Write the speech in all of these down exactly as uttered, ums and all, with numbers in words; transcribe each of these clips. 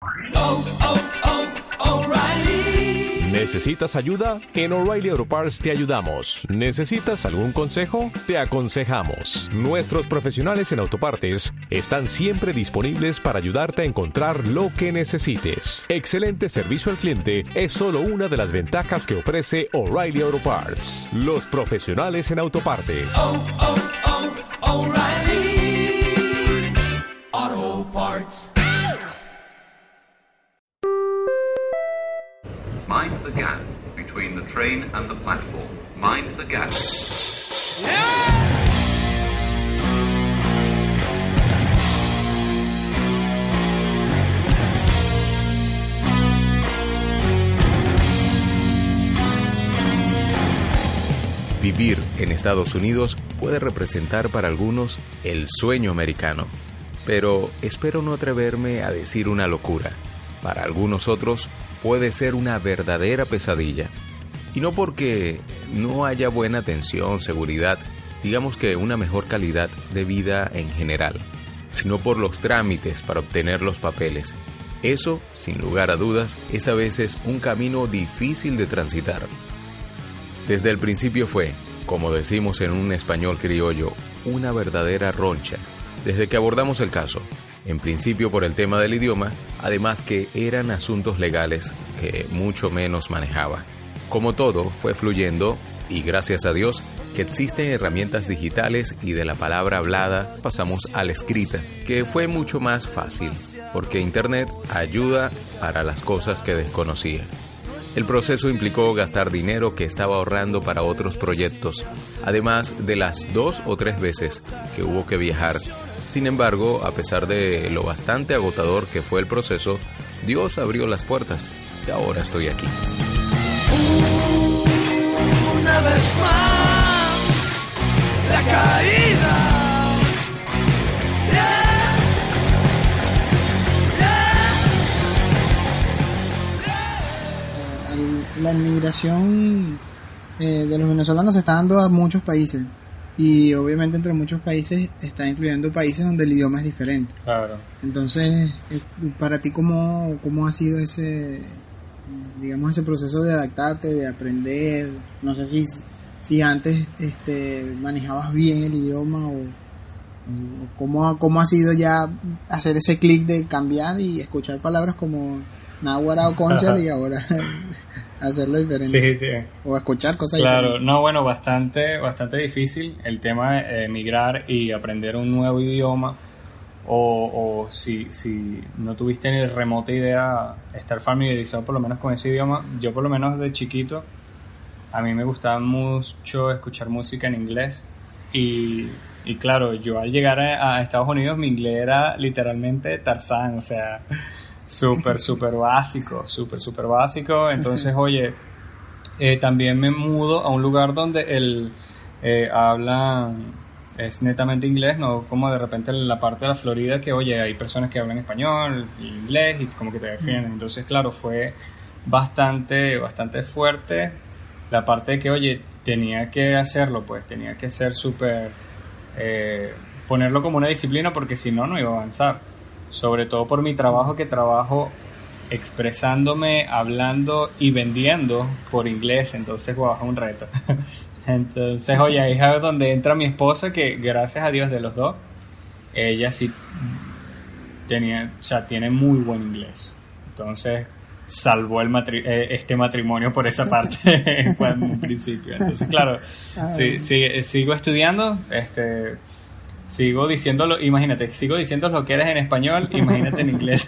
Oh, oh, oh, O'Reilly. ¿Necesitas ayuda? En O'Reilly Auto Parts te ayudamos. ¿Necesitas algún consejo? Te aconsejamos. Nuestros profesionales en autopartes están siempre disponibles para ayudarte a encontrar lo que necesites. Excelente servicio al cliente es solo una de las ventajas que ofrece O'Reilly Auto Parts. Los profesionales en autopartes. Oh, oh, oh, O'Reilly Auto Parts. Mind the gap between the train and the platform. Mind the gap. Vivir en Estados Unidos puede representar para algunos el sueño americano, pero espero no atreverme a decir una locura. Para algunos otros puede ser una verdadera pesadilla. Y no porque no haya buena atención, seguridad, digamos que una mejor calidad de vida en general, sino por los trámites para obtener los papeles. Eso, sin lugar a dudas, es a veces un camino difícil de transitar. Desde el principio fue, como decimos en un español criollo, una verdadera roncha, desde que abordamos el caso. En principio por el tema del idioma, además que eran asuntos legales que mucho menos manejaba. Como todo, fue fluyendo y gracias a Dios que existen herramientas digitales y de la palabra hablada pasamos a la escrita, que fue mucho más fácil, porque Internet ayuda para las cosas que desconocía. El proceso implicó gastar dinero que estaba ahorrando para otros proyectos, además de las dos o tres veces que hubo que viajar. Sin embargo, a pesar de lo bastante agotador que fue el proceso, Dios abrió las puertas y ahora estoy aquí. Una vez más, la caída. Yeah. Yeah. La inmigración eh, de los venezolanos se está dando a muchos países. Y obviamente entre muchos países está incluyendo países donde el idioma es diferente. Claro. Entonces, para ti, ¿cómo, cómo ha sido ese, digamos, ese proceso de adaptarte, de aprender? No sé si, si antes este, manejabas bien el idioma o, o cómo, cómo ha sido ya hacer ese clic de cambiar y escuchar palabras como náguara o concha y ahora hacerlo diferente. Sí, sí. O escuchar cosas claro, diferentes. Claro, no, bueno, bastante, bastante difícil el tema de emigrar y aprender un nuevo idioma. O, o si, si no tuviste ni remota idea estar familiarizado por lo menos con ese idioma. Yo por lo menos de chiquito a mí me gustaba mucho escuchar música en inglés y, y claro, yo al llegar a, a Estados Unidos mi inglés era literalmente Tarzán, o sea, súper, súper básico, súper, súper básico. Entonces, oye, eh, también me mudo a un lugar donde el eh, hablan es netamente inglés, no como de repente en la parte de la Florida que, oye, hay personas que hablan español, inglés y como que te defienden. Entonces, claro, fue bastante, bastante fuerte la parte de que, oye, tenía que hacerlo, pues tenía que ser súper, eh, ponerlo como una disciplina porque si no, no iba a avanzar. Sobre todo por mi trabajo, que trabajo expresándome, hablando y vendiendo por inglés, entonces wow, es un reto. Entonces, oye, ahí es donde entra mi esposa, que gracias a Dios de los dos, ella sí tenía, o sea, tiene muy buen inglés. Entonces, salvó el matri- eh, este matrimonio por esa parte en un principio. Entonces, claro, sí, sí, sigo estudiando, este... Sigo diciéndolo, imagínate, sigo diciendo lo que eres en español, imagínate en inglés.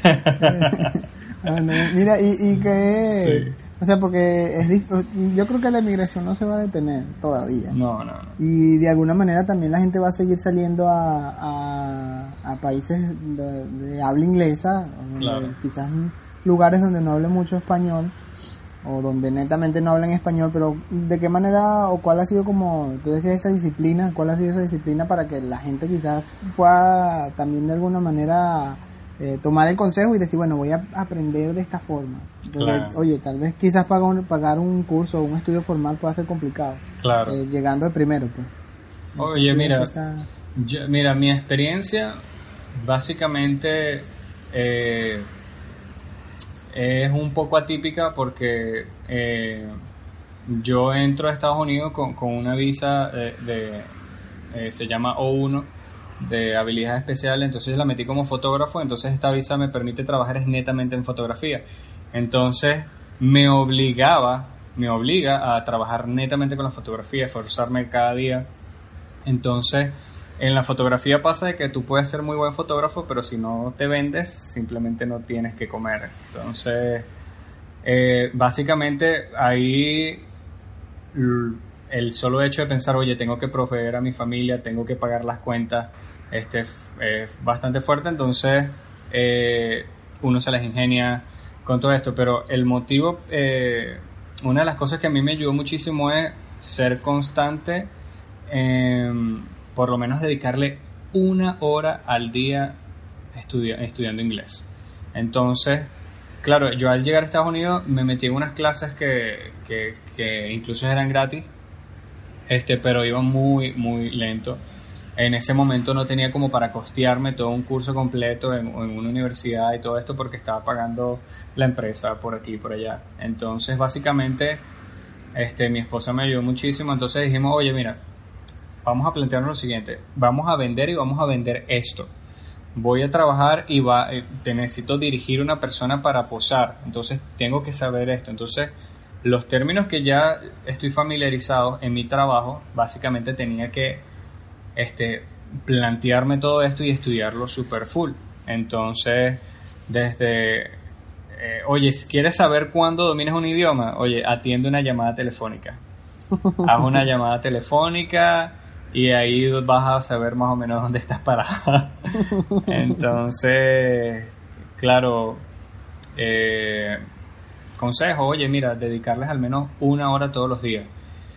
Ah, no, mira, y, y que, Sí. o sea, porque es, yo creo que la inmigración no se va a detener todavía. No, no, no. Y de alguna manera también la gente va a seguir saliendo a, a, a países de, de habla inglesa, Claro. quizás lugares donde no hable mucho español, o donde netamente no hablan español, pero ¿de qué manera o cuál ha sido, como tú decías, esa disciplina? ¿Cuál ha sido esa disciplina para que la gente quizás pueda también de alguna manera eh, tomar el consejo y decir, bueno, voy a aprender de esta forma? Porque, Claro. oye, tal vez quizás pagar un, pagar un curso o un estudio formal pueda ser complicado, Claro. eh, llegando de primero, pues. Oye, mira, Esa... yo, mira, mi experiencia básicamente eh, es un poco atípica porque eh, yo entro a Estados Unidos con, con una visa de, de eh, se llama O uno, de habilidades especiales, entonces la metí como fotógrafo, entonces esta visa me permite trabajar es netamente en fotografía. Entonces me obligaba, me obliga a trabajar netamente con la fotografía, esforzarme cada día. Entonces, en la fotografía pasa de que tú puedes ser muy buen fotógrafo, pero si no te vendes, simplemente no tienes que comer. Entonces, eh, básicamente ahí el solo hecho de pensar, oye, tengo que proveer a mi familia, tengo que pagar las cuentas, este es eh, bastante fuerte. Entonces, eh, uno se las ingenia con todo esto, pero el motivo, eh, una de las cosas que a mí me ayudó muchísimo es ser constante, eh, por lo menos dedicarle una hora al día estudi- estudiando inglés. Entonces, claro, yo al llegar a Estados Unidos me metí en unas clases que, que, que incluso eran gratis, este, pero iban muy, muy lento. En ese momento no tenía como para costearme todo un curso completo en, en una universidad y todo esto porque estaba pagando la empresa por aquí y por allá. Entonces, básicamente, este, mi esposa me ayudó muchísimo. Entonces dijimos, oye, mira, vamos a plantearnos lo siguiente. Vamos a vender y vamos a vender esto. Voy a trabajar y va, eh, te necesito dirigir una persona para posar. Entonces, tengo que saber esto. Entonces, los términos que ya estoy familiarizado en mi trabajo, básicamente tenía que Este, plantearme todo esto y estudiarlo super full. Entonces, desde, eh, oye, ¿quieres saber cuándo dominas un idioma? Oye, atiende una llamada telefónica. Haz una llamada telefónica y ahí vas a saber más o menos dónde estás parada. Entonces, claro, eh, consejo, oye, mira, dedicarles al menos una hora todos los días.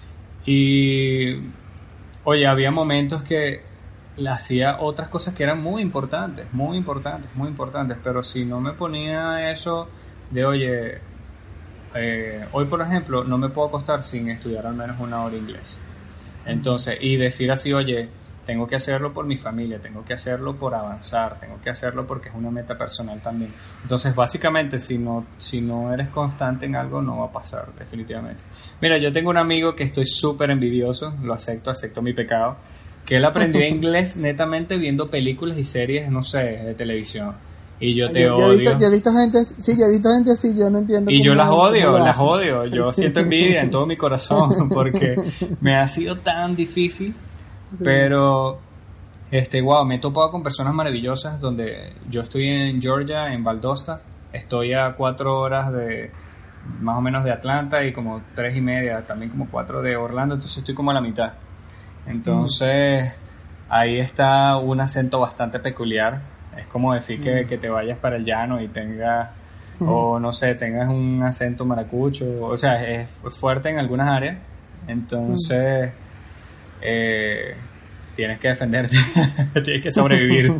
Y oye, había momentos que hacía otras cosas que eran muy importantes, muy importantes, muy importantes, pero si no me ponía eso de, oye, eh, hoy por ejemplo no me puedo acostar sin estudiar al menos una hora inglés. Entonces, y decir así, oye, tengo que hacerlo por mi familia, tengo que hacerlo por avanzar, tengo que hacerlo porque es una meta personal también. Entonces, básicamente, si no, si no eres constante en algo, no va a pasar, definitivamente. Mira, yo tengo un amigo que estoy súper envidioso, lo acepto, acepto mi pecado, que él aprendió inglés netamente viendo películas y series, no sé, de televisión. Y yo te yo, yo odio. He visto, yo he visto gente, sí, yo he visto gente así, yo no entiendo. Y yo las odio, las hacen. odio. Yo Sí. siento envidia en todo mi corazón porque me ha sido tan difícil. Sí. Pero, este, wow, me he topado con personas maravillosas donde yo estoy en Georgia, en Valdosta. Estoy a cuatro horas de, más o menos de Atlanta y como tres y media, también como cuatro de Orlando. Entonces estoy como a la mitad. Entonces, ahí está un acento bastante peculiar. Es como decir que, que te vayas para el llano y tengas, o no sé, tengas un acento maracucho. O sea, es fuerte en algunas áreas. Entonces, eh, tienes que defenderte, tienes que sobrevivir.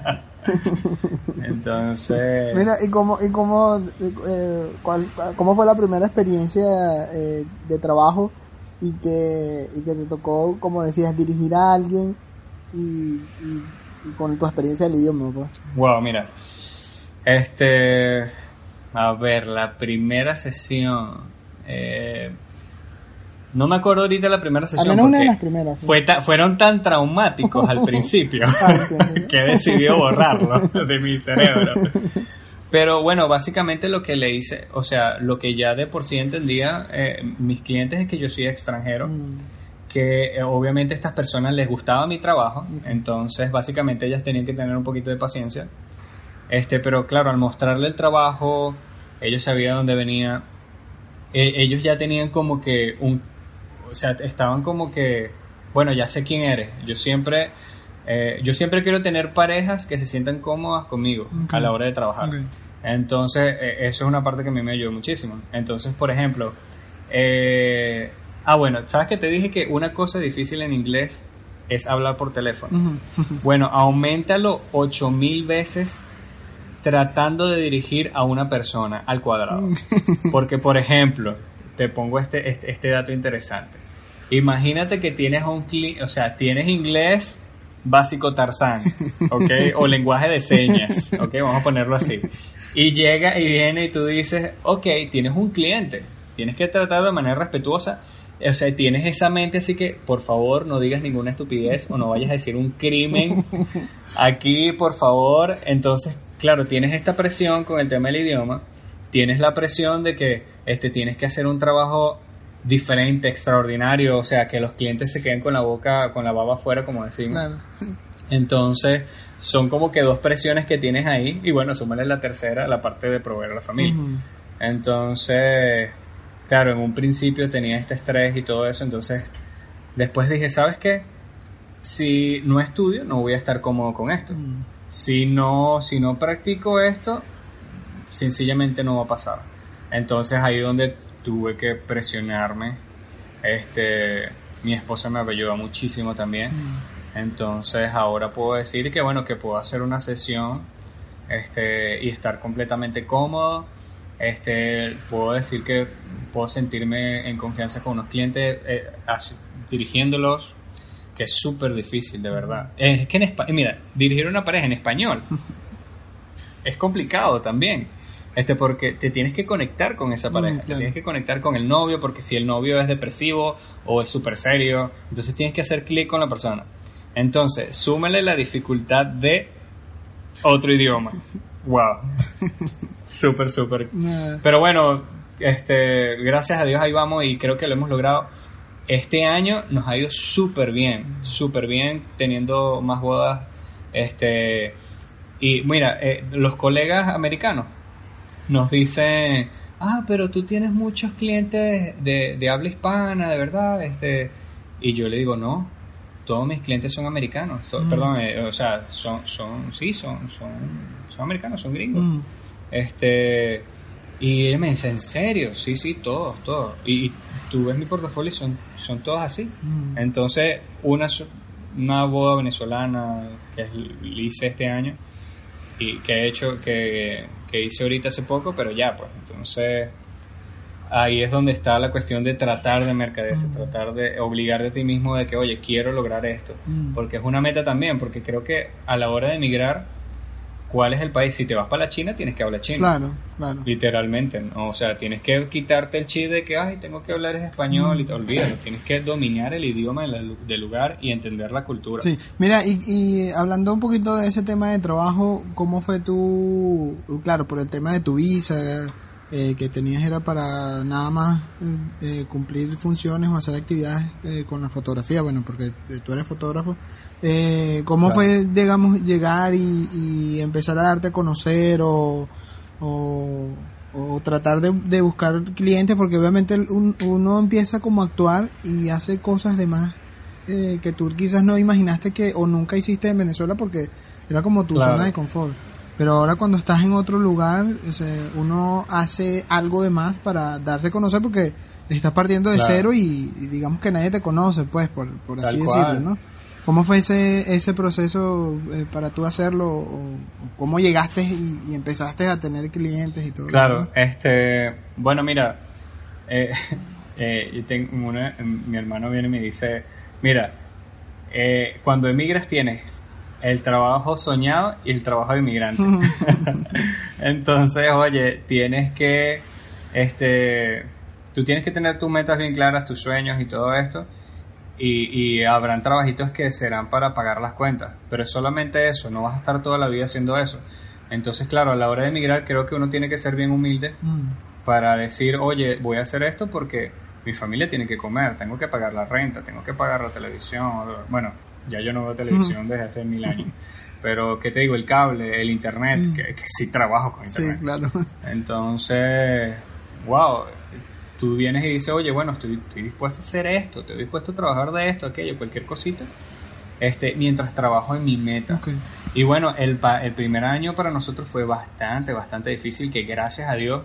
Entonces, Mira, ¿y cómo, y cómo, eh, cuál, cómo fue la primera experiencia eh, de trabajo y que, y que te tocó, como decías, dirigir a alguien y, y, y con tu experiencia del idioma, pues? wow, mira, este, a ver, la primera sesión, eh, no me acuerdo ahorita la primera sesión. Al menos una de porque las primeras. ¿Sí? Fue ta- fueron tan traumáticos al principio que he decidido borrarlo de mi cerebro. Pero bueno, básicamente lo que le hice, o sea, lo que ya de por sí entendía eh, mis clientes es que yo soy extranjero, mm. que eh, obviamente a estas personas les gustaba mi trabajo, mm. entonces básicamente ellas tenían que tener un poquito de paciencia. Este, pero claro, al mostrarle el trabajo, ellos sabían dónde venía, eh, ellos ya tenían como que un, o sea, estaban como que, bueno, ya sé quién eres. Yo siempre, eh, yo siempre quiero tener parejas que se sientan cómodas conmigo okay. a la hora de trabajar. Okay. Entonces, eh, eso es una parte que a mí me ayudó muchísimo. Entonces, por ejemplo, eh, ah, bueno, ¿sabes que te dije que una cosa difícil en inglés es hablar por teléfono? Uh-huh. Bueno, auméntalo ocho mil veces tratando de dirigir a una persona al cuadrado. Porque, por ejemplo, te pongo este, este, este dato interesante. Imagínate que tienes un cliente, o sea, tienes inglés básico Tarzán, ¿ok? O lenguaje de señas, ¿ok? Vamos a ponerlo así. Y llega y viene y tú dices, ok, tienes un cliente, tienes que tratar de manera respetuosa, o sea, tienes esa mente, así que por favor no digas ninguna estupidez o no vayas a decir un crimen aquí, por favor. Entonces, claro, tienes esta presión con el tema del idioma, tienes la presión de que este, tienes que hacer un trabajo diferente, extraordinario, o sea, que los clientes se queden con la boca, con la baba afuera, como decimos. Claro. Entonces, son como que dos presiones que tienes ahí, y bueno, súmale la tercera, la parte de proveer a la familia. Uh-huh. Entonces, claro, en un principio tenía este estrés y todo eso, entonces después dije, ¿sabes qué? Si no estudio, no voy a estar cómodo con esto. Uh-huh. Si no, si no practico esto, sencillamente no va a pasar. Entonces ahí donde tuve que presionarme. Este, mi esposa me ayudó muchísimo también. Uh-huh. Entonces ahora puedo decir que bueno, que puedo hacer una sesión este, y estar completamente cómodo. Este, puedo decir que puedo sentirme en confianza con unos clientes eh, así, dirigiéndolos, que es súper difícil, de verdad. Es que en España, mira, dirigir una pareja en español es complicado también. Este, porque te tienes que conectar con esa pareja, mm, claro. Te tienes que conectar con el novio, porque si el novio es depresivo o es súper serio, entonces tienes que hacer clic con la persona. Entonces, súmale la dificultad de otro idioma. Wow. Súper, súper. Nah. Pero bueno, este, gracias a Dios ahí vamos y creo que lo hemos logrado. Este año nos ha ido súper bien, súper bien, teniendo más bodas. Este, y mira, eh, los colegas americanos nos dicen, ah, pero tú tienes muchos clientes de, de habla hispana, de verdad. Este, y yo le digo, no. Todos mis clientes son americanos, to- mm. perdón, eh, o sea, son, son, sí, son, son, son americanos, son gringos. Mm. Este, y ella me dice, ¿en serio? Sí, sí, todos, todos. Y, y tú ves mi portafolio, son, son todos así. Mm. Entonces, una, una boda venezolana que hice este año y que he hecho, que, que hice ahorita hace poco, pero ya, pues, entonces ahí es donde está la cuestión de tratar de mercadecer, mm. tratar de obligarte a ti mismo de que, oye, quiero lograr esto, mm. porque es una meta también, porque creo que a la hora de emigrar, ¿cuál es el país? Si te vas para la China, tienes que hablar chino. Claro, claro. Literalmente, ¿no? O sea, tienes que quitarte el chip de que, ay, tengo que hablar español, mm. y te olvídalo, tienes que dominar el idioma del lugar y entender la cultura. Sí, mira, y, y hablando un poquito de ese tema de trabajo, ¿cómo fue tu, claro, por el tema de tu visa, Eh, que tenías era para nada más eh, cumplir funciones o hacer actividades eh, con la fotografía, bueno, porque eh, tú eres fotógrafo, eh, ¿cómo claro. fue, digamos, llegar y, y empezar a darte a conocer o, o, o tratar de, de buscar clientes? Porque obviamente un, uno empieza como a actuar y hace cosas de más eh, que tú quizás no imaginaste que o nunca hiciste en Venezuela porque era como tu claro. zona de confort. Pero ahora cuando estás en otro lugar, o sea, uno hace algo de más para darse a conocer porque estás partiendo de claro. cero y, y digamos que nadie te conoce, pues, por, por así Tal decirlo, cual. ¿no? ¿Cómo fue ese ese proceso eh, para tú hacerlo? O, o ¿Cómo llegaste y, y empezaste a tener clientes y todo? Claro, ¿no? este, bueno, mira, eh, eh, yo tengo una, mi hermano viene y me dice, mira, eh, cuando emigras tienes el trabajo soñado y el trabajo de inmigrante. Entonces, oye, tienes que, este, tú tienes que tener tus metas bien claras, tus sueños y todo esto, y, y habrán trabajitos que serán para pagar las cuentas, pero es solamente eso, no vas a estar toda la vida haciendo eso. Entonces, claro, a la hora de emigrar creo que uno tiene que ser bien humilde mm. para decir, oye, voy a hacer esto porque mi familia tiene que comer, tengo que pagar la renta, tengo que pagar la televisión, bueno, ya yo no veo televisión desde hace mil años. Pero, ¿qué te digo? El cable, el internet, mm. que, que sí trabajo con internet. Sí, claro. Entonces, wow, tú vienes y dices, oye, bueno, estoy, estoy dispuesto a hacer esto, estoy dispuesto a trabajar de esto, aquello, cualquier cosita, este, mientras trabajo en mi meta. Okay. Y bueno, el, el primer año para nosotros fue bastante, bastante difícil, que gracias a Dios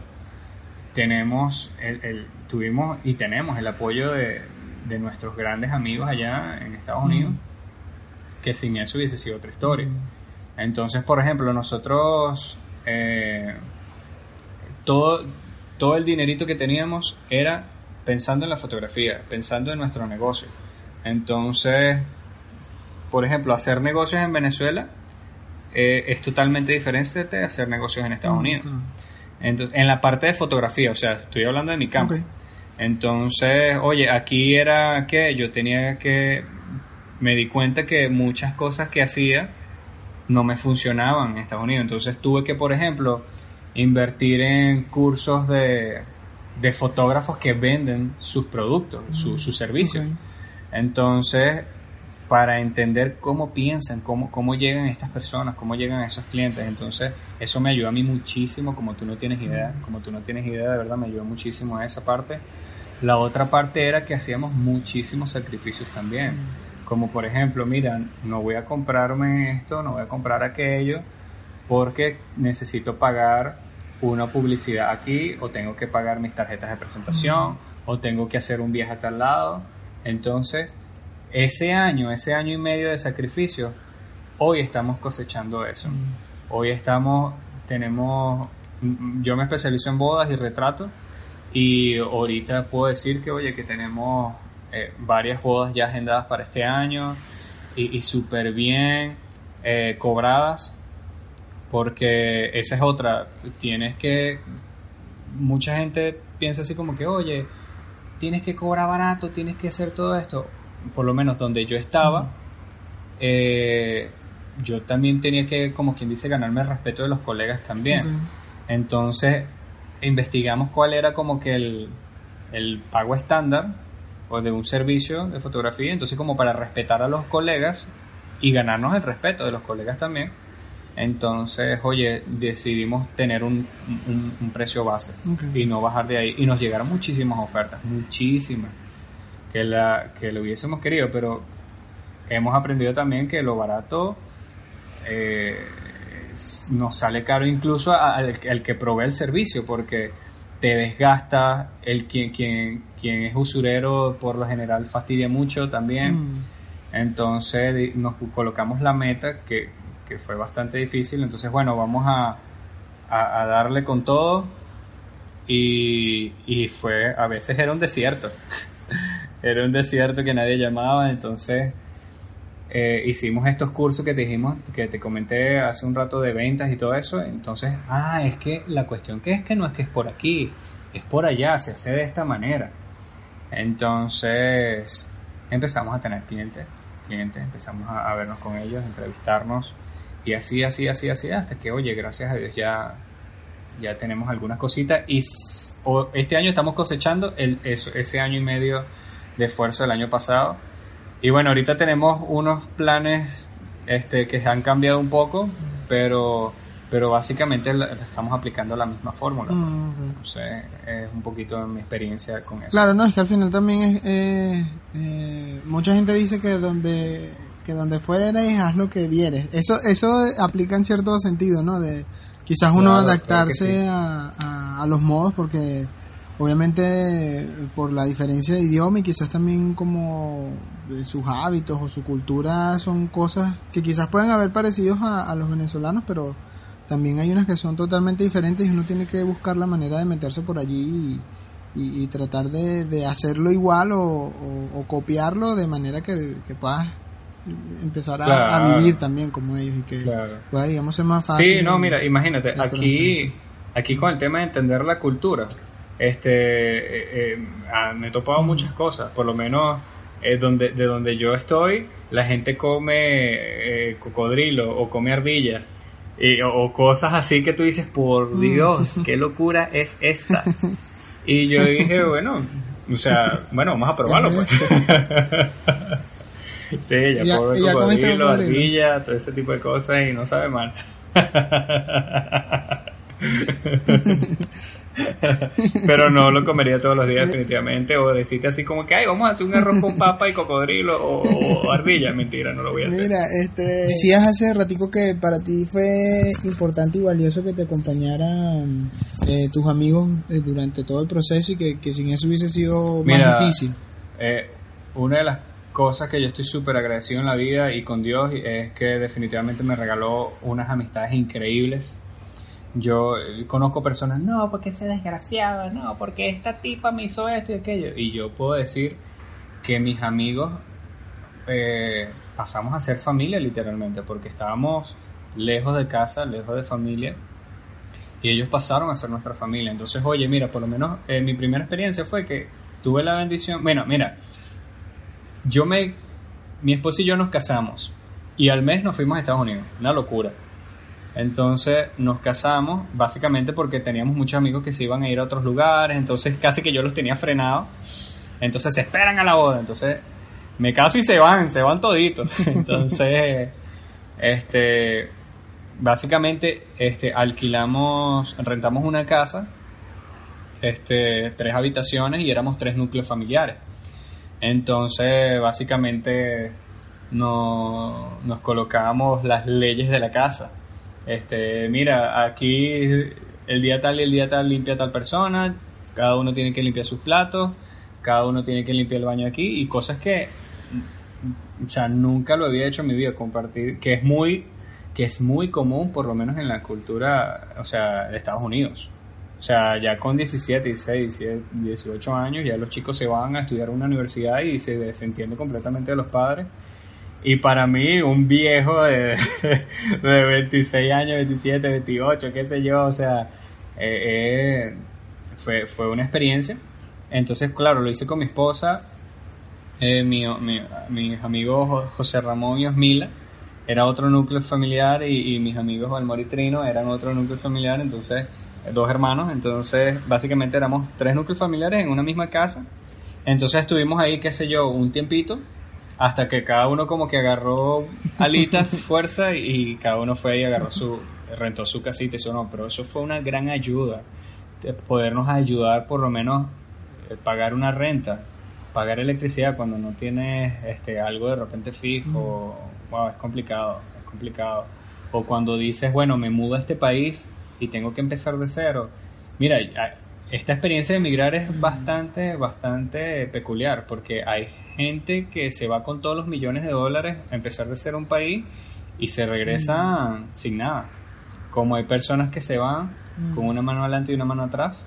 tenemos, el, el, tuvimos y tenemos el apoyo de, de nuestros grandes amigos allá en Estados Unidos. Mm. Que sin eso hubiese sido otra historia. Entonces, por ejemplo, nosotros eh, todo, todo el dinerito que teníamos era pensando en la fotografía, pensando en nuestro negocio. Entonces, por ejemplo, hacer negocios en Venezuela eh, es totalmente diferente de hacer negocios en Estados Mm, Unidos. claro. Entonces, en la parte de fotografía, o sea, estoy hablando de mi campo. Ok. Entonces, oye, aquí era que yo tenía que, me di cuenta que muchas cosas que hacía no me funcionaban en Estados Unidos. Entonces tuve que, por ejemplo, invertir en cursos de, de fotógrafos que venden sus productos, su- sus servicios. Ok. Entonces, para entender cómo piensan, cómo, cómo llegan estas personas, cómo llegan esos clientes. Entonces, eso me ayudó a mí muchísimo, como tú no tienes idea, como tú no tienes idea, de verdad, me ayudó muchísimo a esa parte. La otra parte era que hacíamos muchísimos sacrificios también. Como por ejemplo, mira, no voy a comprarme esto, no voy a comprar aquello, porque necesito pagar una publicidad aquí, o tengo que pagar mis tarjetas de presentación, o tengo que hacer un viaje a tal lado. Entonces, ese año, ese año y medio de sacrificio, hoy estamos cosechando eso. Hoy estamos, tenemos, yo me especializo en bodas y retratos, y ahorita puedo decir que, oye, que tenemos eh, varias bodas ya agendadas para este año, y, y súper bien eh, cobradas, porque esa es otra, tienes que, mucha gente piensa así como que, oye, tienes que cobrar barato, tienes que hacer todo esto. Por lo menos donde yo estaba, eh, yo también tenía que, como quien dice, ganarme el respeto de los colegas también. Ok. Entonces investigamos cuál era como que el, el pago estándar o de un servicio de fotografía, entonces como para respetar a los colegas y ganarnos el respeto de los colegas también. Entonces, oye, decidimos tener un, un, un precio base Ok. y no bajar de ahí, y nos llegaron muchísimas ofertas, muchísimas, que la que lo hubiésemos querido, pero hemos aprendido también que lo barato eh, nos sale caro incluso al, al que provee el servicio, porque te desgasta, el quien, quien, quien es usurero por lo general fastidia mucho también. Mm. Entonces di- nos colocamos la meta, que, que fue bastante difícil. Entonces, bueno, vamos a, a, a darle con todo, y, y fue, a veces era un desierto. Era un desierto que nadie llamaba. Entonces eh, hicimos estos cursos que te dijimos, que te comenté hace un rato, de ventas y todo eso. Entonces, ah, es que la cuestión que es que no es que es por aquí, es por allá, se hace de esta manera. Entonces empezamos a tener clientes, clientes, empezamos a, a vernos con ellos, a entrevistarnos, y así, así, así, así, hasta que, oye, gracias a Dios ya, ya tenemos algunas cositas, y s- o- este año estamos cosechando el, eso, ese año y medio de esfuerzo del año pasado. Y bueno, ahorita tenemos unos planes este, que han cambiado un poco, pero, pero básicamente la- estamos aplicando la misma fórmula. Mm, ok. Entonces, es un poquito mi experiencia con eso. Claro, no, es que al final también es, eh, eh, mucha gente dice que donde que donde fueres haz lo que vieres. Eso eso aplica en cierto sentido, ¿no? De quizás uno Claro, adaptarse claro que sí. a, a, a los modos, porque obviamente por la diferencia de idioma y quizás también como de sus hábitos o su cultura, son cosas que quizás pueden haber parecidos a, a los venezolanos, pero también hay unas que son totalmente diferentes, y uno tiene que buscar la manera de meterse por allí y, y, y tratar de, de hacerlo igual o, o, o copiarlo, de manera que, que puedas empezar a, a Claro. vivir también como ellos, y que Claro. pueda, digamos, ser más fácil. Sí, no, mira, imagínate, el aquí, proceso. aquí con el tema de entender la cultura, este, eh, eh, ah, me he topado muchas cosas, por lo menos eh, donde, de donde yo estoy, la gente come eh, cocodrilo o come ardilla, y, o, o cosas así que tú dices, por Dios, qué locura es esta. Y yo dije, bueno, o sea, bueno, vamos a probarlo, pues. Sí, ya Y ya- probé y ya comiste cocodrilo, cocodrilo. ardilla, todo ese tipo de cosas, y no sabe mal. Pero no lo comería todos los días, definitivamente. O decirte así como que, ay, vamos a hacer un arroz con papa y cocodrilo o, o ardilla. Mentira, no lo voy a hacer. Mira, este, decías hace ratico que para ti fue importante y valioso que te acompañaran eh, tus amigos eh, durante todo el proceso, y que, que sin eso hubiese sido Mira, más difícil. Eh, una de las cosas que yo estoy súper agradecido en la vida y con Dios es que definitivamente me regaló unas amistades increíbles. Yo eh, conozco personas, no, porque ese desgraciado, no, porque esta tipa me hizo esto y aquello. Y yo puedo decir que mis amigos eh, pasamos a ser familia literalmente, porque estábamos lejos de casa, lejos de familia, y ellos pasaron a ser nuestra familia. Entonces, oye, mira, por lo menos eh, mi primera experiencia fue que tuve la bendición, bueno, mira, yo me, mi esposa y yo nos casamos, y al mes nos fuimos a Estados Unidos, una locura. Entonces nos casamos básicamente porque teníamos muchos amigos que se iban a ir a otros lugares, entonces casi que yo los tenía frenados, entonces se esperan a la boda, entonces me caso y se van, se van toditos. Entonces, este, básicamente, este, alquilamos, rentamos una casa, este, tres habitaciones y éramos tres núcleos familiares. Entonces, básicamente, no, nos colocábamos las leyes de la casa. Este, mira, aquí el día tal y el día tal limpia tal persona, cada uno tiene que limpiar sus platos, cada uno tiene que limpiar el baño aquí, y cosas que, o sea, nunca lo había hecho en mi vida, compartir, que es muy, que es muy común, por lo menos en la cultura, o sea, de Estados Unidos. O sea, ya con diecisiete, dieciséis, dieciocho años, ya los chicos se van a estudiar a una universidad y se desentienden completamente de los padres. Y para mí, un viejo de, de veintiséis años, veintisiete, veintiocho, qué sé yo, o sea, eh, eh, fue, fue una experiencia. Entonces, claro, lo hice con mi esposa, eh, mi, mi, mis amigos José Ramón y Osmila, era otro núcleo familiar, y, y mis amigos Valmor y Trino eran otro núcleo familiar, entonces, dos hermanos, entonces, básicamente éramos tres núcleos familiares en una misma casa. Entonces estuvimos ahí, qué sé yo, un tiempito, hasta que cada uno como que agarró alitas, fuerza, y cada uno fue y agarró su, rentó su casita y eso no, pero eso fue una gran ayuda, de podernos ayudar por lo menos eh, pagar una renta, pagar electricidad cuando no tienes este, algo de repente fijo, mm. wow, es complicado, es complicado. O cuando dices, bueno, me mudo a este país y tengo que empezar de cero. Mira, esta experiencia de emigrar es bastante, bastante peculiar, porque hay gente que se va con todos los millones de dólares a empezar de cero un país y se regresan mm. sin nada. Como hay personas que se van mm. con una mano adelante y una mano atrás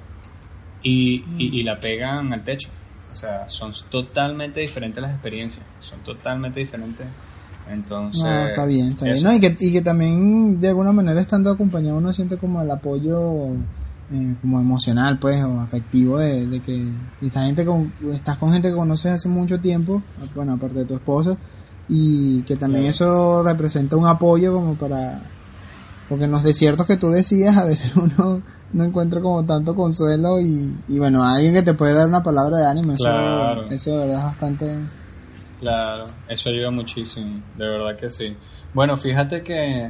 y, mm. y, y la pegan al techo. O sea, son totalmente diferentes las experiencias, son totalmente diferentes. Entonces, no, está bien, está bien. No, y, que, y que también de alguna manera estando acompañado uno siente como el apoyo eh, como emocional, pues, o afectivo de, de que esta gente con, estás con gente que conoces hace mucho tiempo, bueno, aparte de tu esposa, y que también sí. Eso representa un apoyo como para, porque en los desiertos que tú decías a veces uno no encuentra como tanto consuelo y, y bueno, alguien que te puede dar una palabra de ánimo, claro. eso, eso de verdad es bastante... Claro, eso ayuda muchísimo, de verdad que sí. Bueno, fíjate que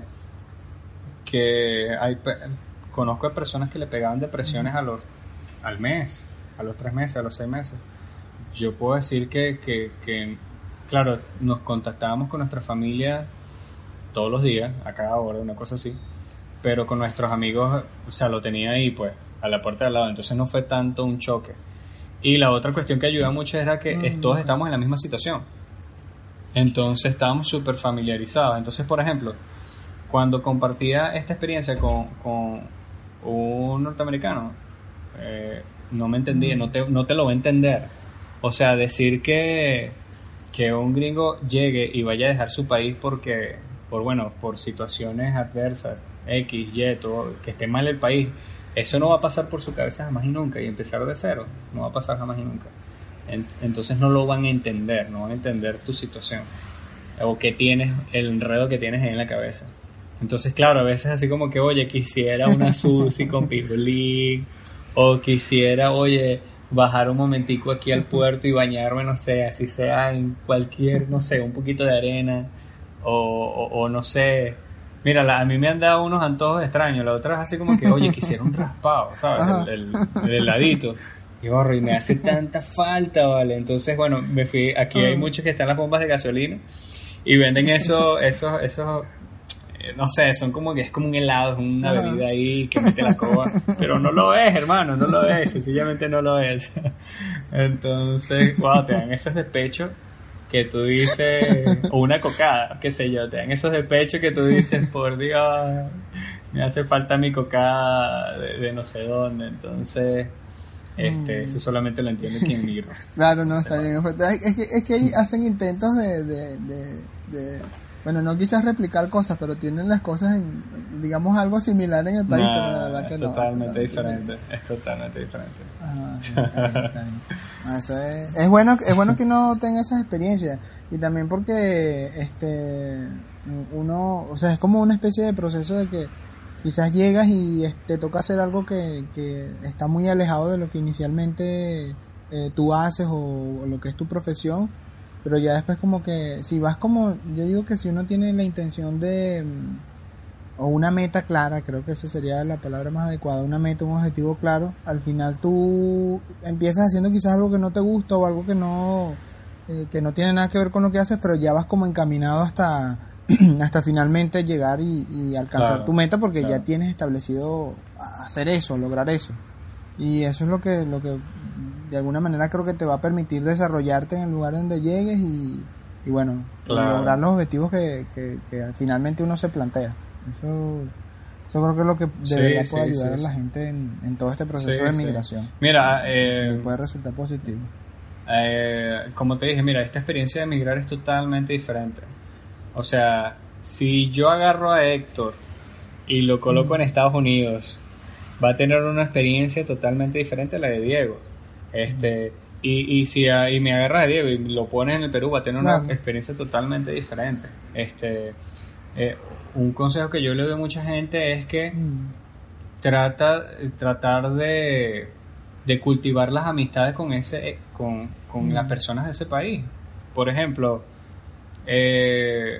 que hay conozco a personas que le pegaban depresiones a los al mes, a los tres meses, a los seis meses. Yo puedo decir que, que, que claro, nos contactábamos con nuestra familia todos los días, a cada hora, una cosa así, pero con nuestros amigos, o sea, lo tenía ahí, pues, a la puerta de al lado, entonces no fue tanto un choque. Y la otra cuestión que ayuda mucho era que mm. todos estamos en la misma situación. Entonces estábamos súper familiarizados. Entonces, por ejemplo, cuando compartía esta experiencia con, con un norteamericano, eh, no me entendía, no te, no te lo va a entender. O sea, decir que, que un gringo llegue y vaya a dejar su país porque, por bueno, por situaciones adversas, X, Y, todo, que esté mal el país, eso no va a pasar por su cabeza jamás y nunca, y empezar de cero no va a pasar jamás y nunca. Entonces no lo van a entender, no van a entender tu situación o que tienes, el enredo que tienes ahí en la cabeza. Entonces, claro, a veces así como que, oye, quisiera una sushi con pirulín, o quisiera, oye, bajar un momentico aquí al puerto y bañarme, no sé, así sea en cualquier, no sé, un poquito de arena, o, o, o no sé. Mira, la, a mí me han dado unos antojos extraños. La otra es así como que, oye, quisiera un raspado, ¿sabes? El, el, el heladito. Y borro, y me hace tanta falta, ¿vale? Entonces, bueno, me fui. Aquí hay muchos que están en las bombas de gasolina y venden eso, esos, esos, eh, no sé, son como que es como un helado, es una bebida ahí que mete la coba. Pero no lo es, hermano, no lo es, sencillamente no lo es. Entonces, wow, te dan esos despechos que tú dices, o una cocada, qué sé yo, te dan esos despechos que tú dices, por Dios, me hace falta mi cocada de, de no sé dónde. Entonces, este, mm. eso solamente lo entiende quien migra. Claro, no, está bien. Es que, es que hacen intentos de, de, de, de, bueno, no quizás replicar cosas, pero tienen las cosas, en, digamos, algo similar en el país, No, pero la verdad que es no. totalmente es diferente. Es totalmente diferente. Ah, está bien, está bien. Ah, eso es, es bueno, es bueno que uno tenga esas experiencias, y también porque este uno, o sea, es como una especie de proceso de que quizás llegas y es- te toca hacer algo que, que está muy alejado de lo que inicialmente eh, tú haces o, o lo que es tu profesión, pero ya después como que si vas como, yo digo que si uno tiene la intención de mm, o una meta clara, creo que esa sería la palabra más adecuada, una meta, un objetivo claro, al final tú empiezas haciendo quizás algo que no te gusta o algo que no eh, que no tiene nada que ver con lo que haces, pero ya vas como encaminado hasta hasta finalmente llegar y, y alcanzar Claro, tu meta porque claro. ya tienes establecido hacer eso, lograr eso. Y eso es lo que lo que de alguna manera creo que te va a permitir desarrollarte en el lugar donde llegues y, y bueno, Claro. lograr los objetivos que, que, que finalmente uno se plantea. Eso, eso creo que es lo que de Sí, verdad sí, puede ayudar sí, a la sí. gente en, en todo este proceso Sí, de sí. migración. Mira, eh, Le puede resultar positivo. Eh, como te dije, mira, esta experiencia de emigrar es totalmente diferente. O sea, si yo agarro a Héctor y lo coloco en Estados Unidos, va a tener una experiencia totalmente diferente a la de Diego. Este, y, y si a- y me agarras a Diego y lo pones en el Perú, va a tener una Claro. experiencia totalmente diferente. Este, eh, un consejo que yo le doy a mucha gente es que Mm. trata tratar de, de cultivar las amistades con ese con, con las personas de ese país. Por ejemplo, eh,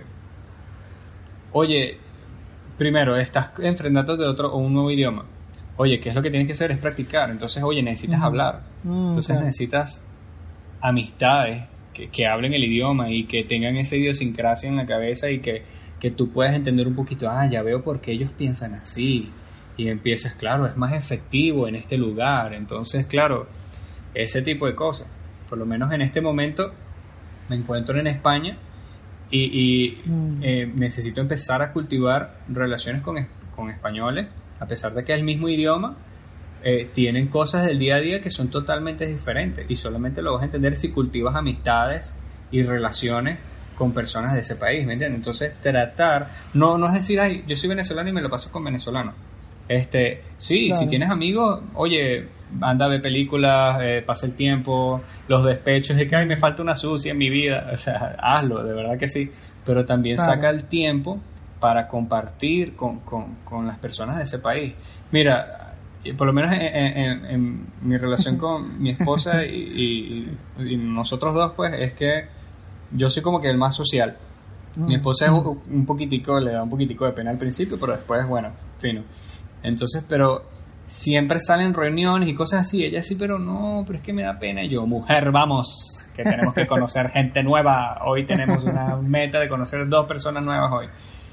oye, primero estás enfrentándote a otro a un nuevo idioma. Oye, ¿qué es lo que tienes que hacer? Es practicar. Entonces, oye, necesitas Ujú. hablar. Mm, Entonces claro. necesitas amistades que, que hablen el idioma y que tengan esa idiosincrasia en la cabeza y que, que tú puedas entender un poquito, ah, ya veo por qué ellos piensan así. Y empiezas, claro, es más efectivo en este lugar. Entonces, claro, ese tipo de cosas. Por lo menos en este momento me encuentro en España y, y Mm. eh, necesito empezar a cultivar relaciones con, es- con españoles, a pesar de que es el mismo idioma. Eh, tienen cosas del día a día que son totalmente diferentes y solamente lo vas a entender si cultivas amistades y relaciones con personas de ese país, ¿me entiendes? Entonces tratar, no, no es decir, ay, yo soy venezolano y me lo paso con venezolanos. Este, sí, Claro. si tienes amigos, oye, anda a ver películas, eh, pasa el tiempo, los despechos de que, ay, me falta una sucia en mi vida, o sea, hazlo, de verdad que sí, pero también Claro. saca el tiempo para compartir con, con, con las personas de ese país. Mira, y por lo menos en, en- en mi relación con mi esposa y, y- y nosotros dos, pues, es que yo soy como que el más social. Mm. Mi esposa es un, un poquitico, le da un poquitico de pena al principio, pero después, bueno, fino. Entonces, pero siempre salen reuniones y cosas así. Ella sí, pero no, pero es que me da pena. Y yo, mujer, vamos, que tenemos que conocer gente nueva. Hoy tenemos una meta de conocer dos personas nuevas hoy.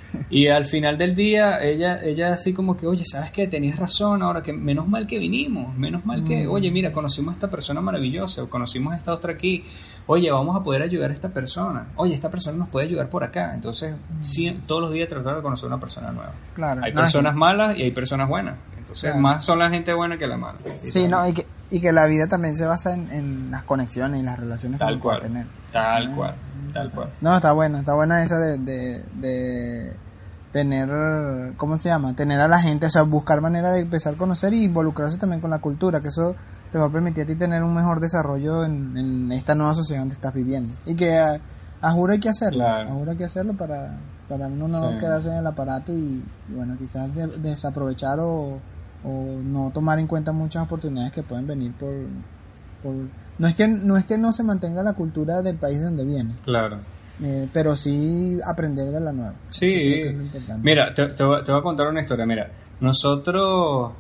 Y al final del día, ella ella así como que, oye, ¿sabes qué? Tenías razón, ahora que menos mal que vinimos, menos mal que, oye, mira, conocimos a esta persona maravillosa, o conocimos a esta otra aquí, oye, vamos a poder ayudar a esta persona, oye, esta persona nos puede ayudar por acá. Entonces, sí, todos los días tratar de conocer a una persona nueva. Claro. Hay No, es que- personas malas y hay personas buenas. Entonces, Claro. más son la gente buena que la mala. Sí, no, y que, y que la vida también se basa en, en las conexiones y las relaciones que Tal uno puede cual, tener. tal Ah, cual, tal cual. No, está buena, está buena esa de, de, de tener, ¿cómo se llama? Tener a la gente, o sea, buscar manera de empezar a conocer y involucrarse también con la cultura, que eso te va a permitir a ti tener un mejor desarrollo en, en esta nueva sociedad donde estás viviendo. Y que a, a juro hay que hacerlo, Claro. a juro hay que hacerlo para, para uno no Sí. quedarse en el aparato y, y bueno, quizás de- desaprovechar o, o no tomar en cuenta muchas oportunidades que pueden venir por... por no es que no es que no se mantenga la cultura del país de donde viene, Claro. eh, pero sí aprender de la nueva. Eso Sí, creo que es lo importante. mira, te, te voy te voy a contar una historia. Mira, nosotros,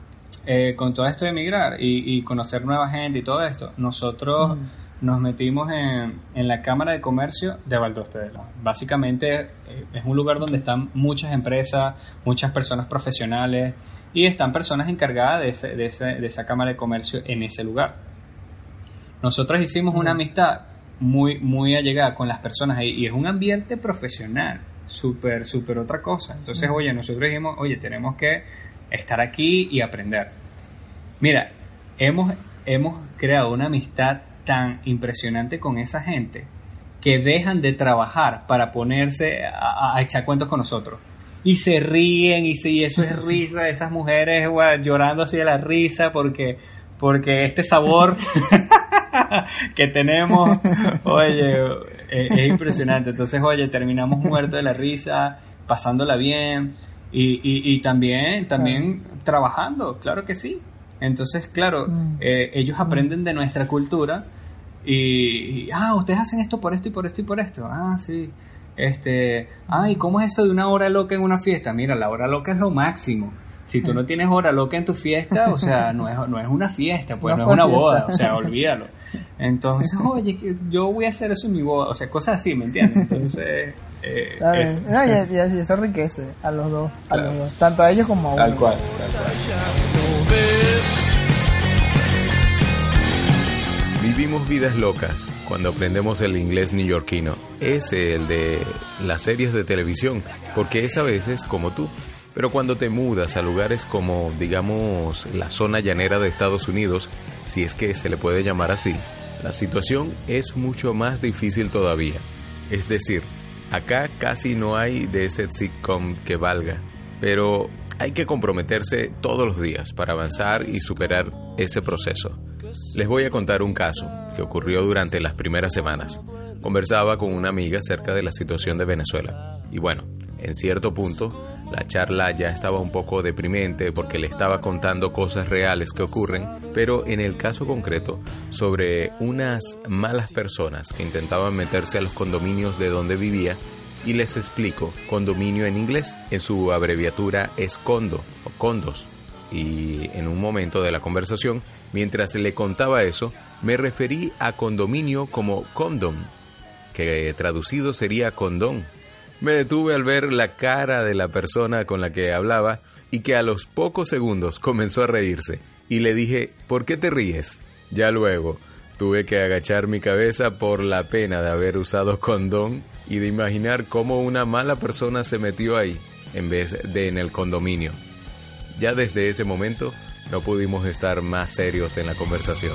eh, con todo esto de emigrar y, y conocer nueva gente y todo esto, nosotros Mm. nos metimos en, en la Cámara de Comercio de Valdostela. Básicamente eh, es un lugar donde están muchas empresas, muchas personas profesionales y están personas encargadas de, ese, de, ese, de esa Cámara de Comercio en ese lugar. Nosotros hicimos una amistad muy muy allegada con las personas ahí y es un ambiente profesional, súper, súper otra cosa. Entonces, oye, nosotros dijimos, oye, tenemos que estar aquí y aprender. Mira, hemos, hemos creado una amistad tan impresionante con esa gente que dejan de trabajar para ponerse a, a echar cuentos con nosotros. Y se ríen, y, se, y eso es risa, esas mujeres bueno, llorando así de la risa porque, porque este sabor que tenemos, oye, es, es impresionante. Entonces, oye, terminamos muertos de la risa, pasándola bien, y, y, y también, también ah. trabajando, claro que sí. Entonces, claro, mm. eh, ellos aprenden de nuestra cultura, y, y, ah, ustedes hacen esto por esto y por esto y por esto, ah, sí. Este, ay, ¿cómo es eso de una hora loca en una fiesta? Mira, la hora loca es lo máximo. Si tú no tienes hora loca en tu fiesta, o sea, no es, no es una fiesta, pues no, no es una boda, o sea, olvídalo. Entonces, oye, yo voy a hacer eso en mi boda, o sea, cosas así, ¿me entiendes? Entonces, eh, eso. No, y, y, y eso enriquece a los dos, a claro. los dos, tanto a ellos como a uno. Tal cual, tal cual. Vivimos vidas locas cuando aprendemos el inglés neoyorquino. Ese, el de las series de televisión, porque es a veces como tú. Pero cuando te mudas a lugares como, digamos, la zona llanera de Estados Unidos, si es que se le puede llamar así, la situación es mucho más difícil todavía. Es decir, acá casi no hay de ese sitcom que valga, pero hay que comprometerse todos los días para avanzar y superar ese proceso. Les voy a contar un caso que ocurrió durante las primeras semanas. Conversaba con una amiga acerca de la situación de Venezuela. Y bueno, en cierto punto, la charla ya estaba un poco deprimente porque le estaba contando cosas reales que ocurren, pero en el caso concreto, sobre unas malas personas que intentaban meterse a los condominios de donde vivía. Y les explico, condominio en inglés, en su abreviatura es condo o condos. Y en un momento de la conversación, mientras le contaba eso, me referí a condominio como condom, que traducido sería condón. Me detuve al ver la cara de la persona con la que hablaba y que a los pocos segundos comenzó a reírse. Y le dije, ¿por qué te ríes? Ya luego tuve que agachar mi cabeza por la pena de haber usado condón y de imaginar cómo una mala persona se metió ahí en vez de en el condominio. Ya desde ese momento no pudimos estar más serios en la conversación.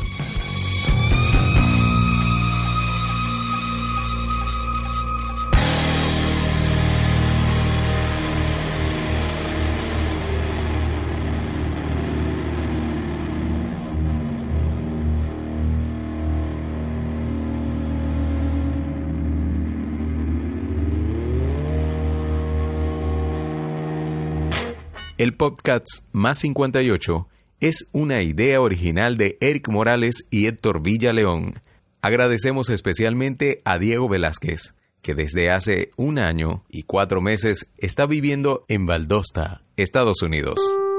El podcast Más cincuenta y ocho es una idea original de Eric Morales y Héctor Villaleón. Agradecemos especialmente a Diego Velázquez, que desde hace un año y cuatro meses está viviendo en Valdosta, Estados Unidos.